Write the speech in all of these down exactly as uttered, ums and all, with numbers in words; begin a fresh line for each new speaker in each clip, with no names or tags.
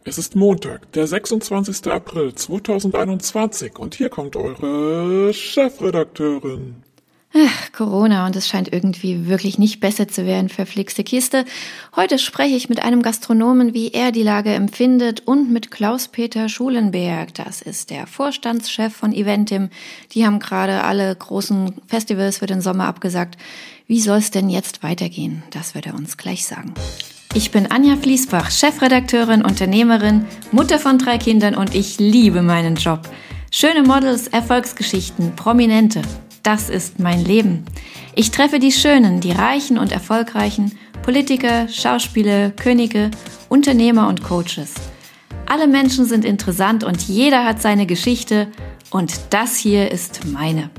Es ist Montag, der sechsundzwanzigster April zweitausendeinundzwanzig und hier kommt eure Chefredakteurin.
Ach, Corona und es scheint irgendwie wirklich nicht besser zu werden, verflixte Kiste. Heute spreche ich mit einem Gastronomen, wie er die Lage empfindet und mit Klaus-Peter Schulenberg. Das ist der Vorstandschef von Eventim. Die haben gerade alle großen Festivals für den Sommer abgesagt. Wie soll es denn jetzt weitergehen? Das wird er uns gleich sagen. Ich bin Anja Fließbach, Chefredakteurin, Unternehmerin, Mutter von drei Kindern und ich liebe meinen Job. Schöne Models, Erfolgsgeschichten, Prominente. Das ist mein Leben. Ich treffe die Schönen, die Reichen und Erfolgreichen, Politiker, Schauspieler, Könige, Unternehmer und Coaches. Alle Menschen sind interessant und jeder hat seine Geschichte und das hier ist meine.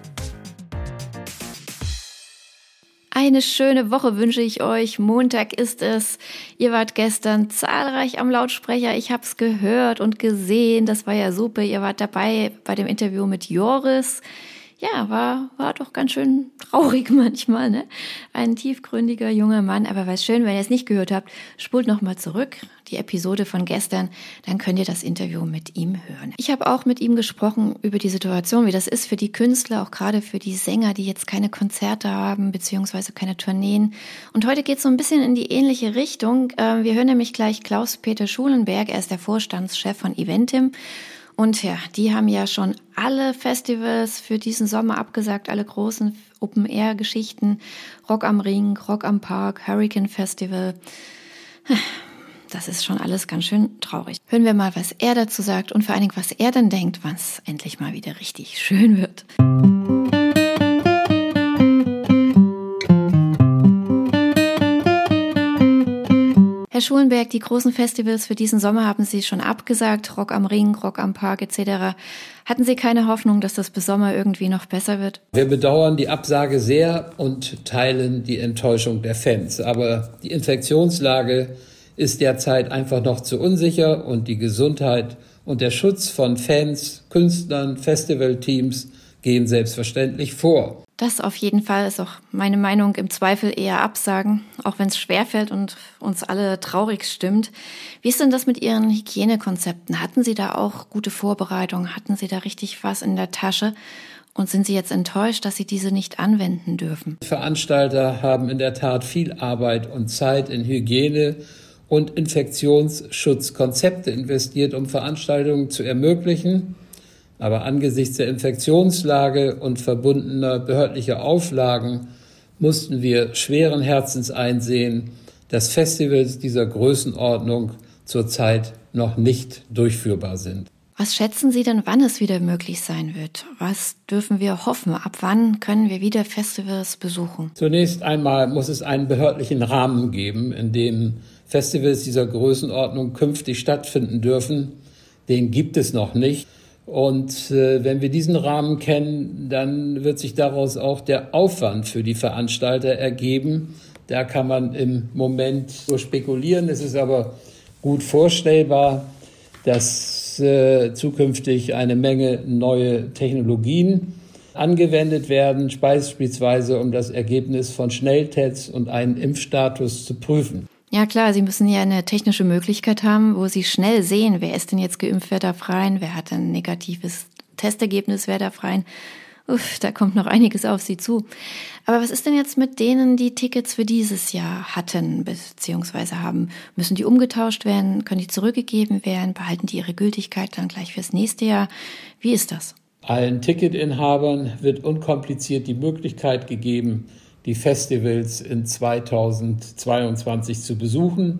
Eine schöne Woche wünsche ich euch. Montag ist es. Ihr wart gestern zahlreich am Lautsprecher. Ich habe es gehört und gesehen. Das war ja super. Ihr wart dabei bei dem Interview mit Joris. Ja, war war doch ganz schön traurig manchmal, ne? Ein tiefgründiger junger Mann, aber was schön, wenn ihr es nicht gehört habt, spult nochmal zurück, die Episode von gestern, dann könnt ihr das Interview mit ihm hören. Ich habe auch mit ihm gesprochen über die Situation, wie das ist für die Künstler, auch gerade für die Sänger, die jetzt keine Konzerte haben, beziehungsweise keine Tourneen. Und heute geht es so ein bisschen in die ähnliche Richtung. Wir hören nämlich gleich Klaus-Peter Schulenberg, er ist der Vorstandschef von Eventim. Und ja, die haben ja schon alle Festivals für diesen Sommer abgesagt, alle großen Open-Air-Geschichten, Rock am Ring, Rock am Park, Hurricane Festival. Das ist schon alles ganz schön traurig. Hören wir mal, was er dazu sagt und vor allen Dingen, was er denn denkt, wann es endlich mal wieder richtig schön wird. Herr Schulenberg, die großen Festivals für diesen Sommer haben Sie schon abgesagt, Rock am Ring, Rock am Park et cetera. Hatten Sie keine Hoffnung, dass das bis Sommer irgendwie noch besser wird?
Wir bedauern die Absage sehr und teilen die Enttäuschung der Fans. Aber die Infektionslage ist derzeit einfach noch zu unsicher und die Gesundheit und der Schutz von Fans, Künstlern, Festivalteams gehen selbstverständlich vor.
Das auf jeden Fall ist auch meine Meinung, im Zweifel eher absagen, auch wenn es schwerfällt und uns alle traurig stimmt. Wie ist denn das mit Ihren Hygienekonzepten? Hatten Sie da auch gute Vorbereitungen? Hatten Sie da richtig was in der Tasche? Und sind Sie jetzt enttäuscht, dass Sie diese nicht anwenden dürfen?
Veranstalter haben in der Tat viel Arbeit und Zeit in Hygiene und Infektionsschutzkonzepte investiert, um Veranstaltungen zu ermöglichen. Aber angesichts der Infektionslage und verbundener behördlicher Auflagen mussten wir schweren Herzens einsehen, dass Festivals dieser Größenordnung zurzeit noch nicht durchführbar sind.
Was schätzen Sie denn, wann es wieder möglich sein wird? Was dürfen wir hoffen? Ab wann können wir wieder Festivals besuchen?
Zunächst einmal muss es einen behördlichen Rahmen geben, in dem Festivals dieser Größenordnung künftig stattfinden dürfen. Den gibt es noch nicht. Und äh, wenn wir diesen Rahmen kennen, dann wird sich daraus auch der Aufwand für die Veranstalter ergeben. Da kann man im Moment so spekulieren. Es ist aber gut vorstellbar, dass äh, zukünftig eine Menge neue Technologien angewendet werden, beispielsweise um das Ergebnis von Schnelltests und einen Impfstatus zu prüfen.
Ja klar, Sie müssen ja eine technische Möglichkeit haben, wo Sie schnell sehen, wer ist denn jetzt geimpft, wer darf rein, wer hat ein negatives Testergebnis, wer darf rein. Uff, da kommt noch einiges auf Sie zu. Aber was ist denn jetzt mit denen, die Tickets für dieses Jahr hatten bzw. haben? Müssen die umgetauscht werden? Können die zurückgegeben werden? Behalten die ihre Gültigkeit dann gleich fürs nächste Jahr? Wie ist das?
Allen Ticketinhabern wird unkompliziert die Möglichkeit gegeben, die Festivals in zweitausendzweiundzwanzig zu besuchen.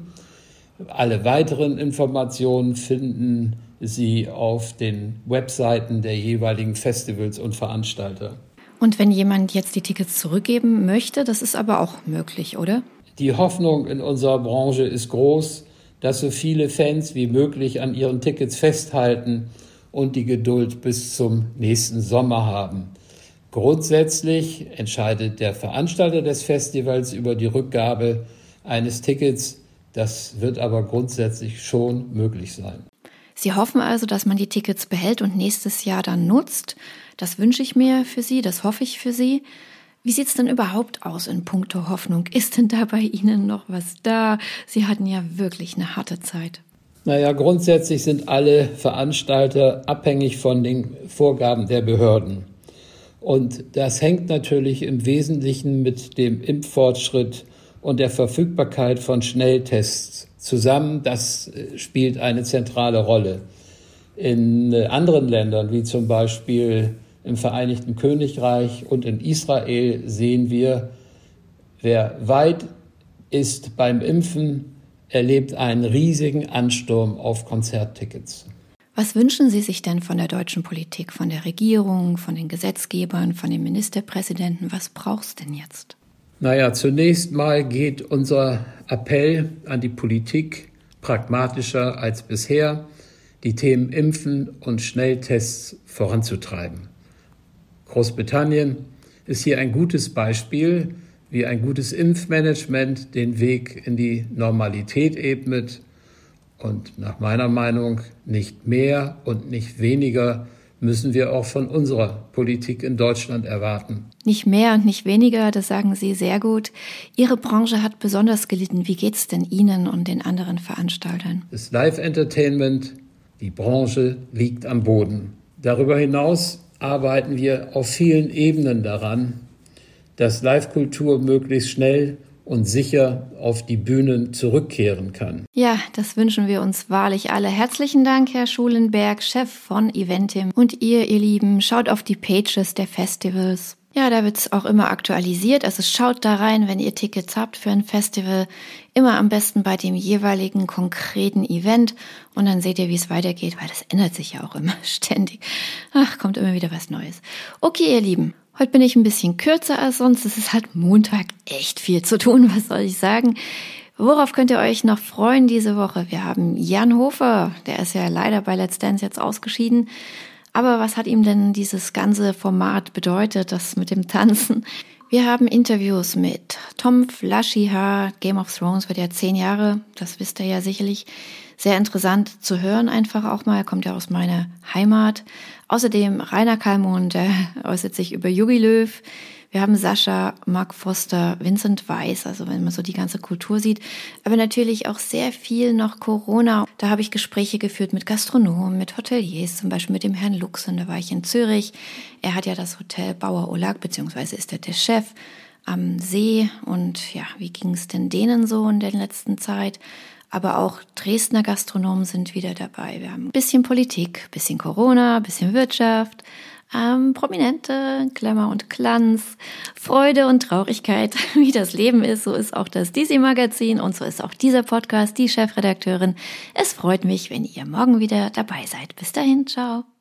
Alle weiteren Informationen finden Sie auf den Webseiten der jeweiligen Festivals und Veranstalter.
Und wenn jemand jetzt die Tickets zurückgeben möchte, das ist aber auch möglich, oder?
Die Hoffnung in unserer Branche ist groß, dass so viele Fans wie möglich an ihren Tickets festhalten und die Geduld bis zum nächsten Sommer haben. Grundsätzlich entscheidet der Veranstalter des Festivals über die Rückgabe eines Tickets. Das wird aber grundsätzlich schon möglich sein.
Sie hoffen also, dass man die Tickets behält und nächstes Jahr dann nutzt. Das wünsche ich mir für Sie, das hoffe ich für Sie. Wie sieht es denn überhaupt aus in puncto Hoffnung? Ist denn da bei Ihnen noch was da? Sie hatten ja wirklich eine harte Zeit.
Naja, grundsätzlich sind alle Veranstalter abhängig von den Vorgaben der Behörden. Und das hängt natürlich im Wesentlichen mit dem Impffortschritt und der Verfügbarkeit von Schnelltests zusammen. Das spielt eine zentrale Rolle. In anderen Ländern, wie zum Beispiel im Vereinigten Königreich und in Israel, sehen wir, wer weit ist beim Impfen, erlebt einen riesigen Ansturm auf Konzerttickets.
Was wünschen Sie sich denn von der deutschen Politik, von der Regierung, von den Gesetzgebern, von den Ministerpräsidenten? Was braucht's denn jetzt?
Naja, zunächst mal geht unser Appell an die Politik pragmatischer als bisher, die Themen Impfen und Schnelltests voranzutreiben. Großbritannien ist hier ein gutes Beispiel, wie ein gutes Impfmanagement den Weg in die Normalität ebnet. Und nach meiner Meinung nicht mehr und nicht weniger müssen wir auch von unserer Politik in Deutschland erwarten.
Nicht mehr und nicht weniger, das sagen Sie sehr gut. Ihre Branche hat besonders gelitten. Wie geht's denn Ihnen und den anderen Veranstaltern?
Das Live-Entertainment, die Branche liegt am Boden. Darüber hinaus arbeiten wir auf vielen Ebenen daran, dass Live-Kultur möglichst schnell und sicher auf die Bühnen zurückkehren kann.
Ja, das wünschen wir uns wahrlich alle. Herzlichen Dank, Herr Schulenberg, Chef von Eventim. Und ihr, ihr Lieben, schaut auf die Pages der Festivals. Ja, da wird's auch immer aktualisiert. Also schaut da rein, wenn ihr Tickets habt für ein Festival. Immer am besten bei dem jeweiligen konkreten Event. Und dann seht ihr, wie es weitergeht, weil das ändert sich ja auch immer ständig. Ach, kommt immer wieder was Neues. Okay, ihr Lieben. Heute bin ich ein bisschen kürzer als sonst. Es ist halt Montag, echt viel zu tun, was soll ich sagen. Worauf könnt ihr euch noch freuen diese Woche? Wir haben Jan Hofer, der ist ja leider bei Let's Dance jetzt ausgeschieden. Aber was hat ihm denn dieses ganze Format bedeutet, das mit dem Tanzen? Wir haben Interviews mit Tom Flaschiha. Game of Thrones wird ja zehn Jahre, das wisst ihr ja sicherlich. Sehr interessant zu hören einfach auch mal, er kommt ja aus meiner Heimat. Außerdem Rainer Kallmund, der äußert sich über Jogi Löw. Wir haben Sascha, Mark Foster, Vincent Weiss, also wenn man so die ganze Kultur sieht. Aber natürlich auch sehr viel noch Corona. Da habe ich Gespräche geführt mit Gastronomen, mit Hoteliers, zum Beispiel mit dem Herrn Luxen, da war ich in Zürich. Er hat ja das Hotel Bauer Olag, beziehungsweise ist er der Chef am See. Und ja, wie ging es denn denen so in der letzten Zeit? Aber auch Dresdner Gastronomen sind wieder dabei. Wir haben ein bisschen Politik, ein bisschen Corona, ein bisschen Wirtschaft, ähm, Prominente, Glamour und Glanz, Freude und Traurigkeit, wie das Leben ist. So ist auch das D C-Magazin und so ist auch dieser Podcast, die Chefredakteurin. Es freut mich, wenn ihr morgen wieder dabei seid. Bis dahin, ciao.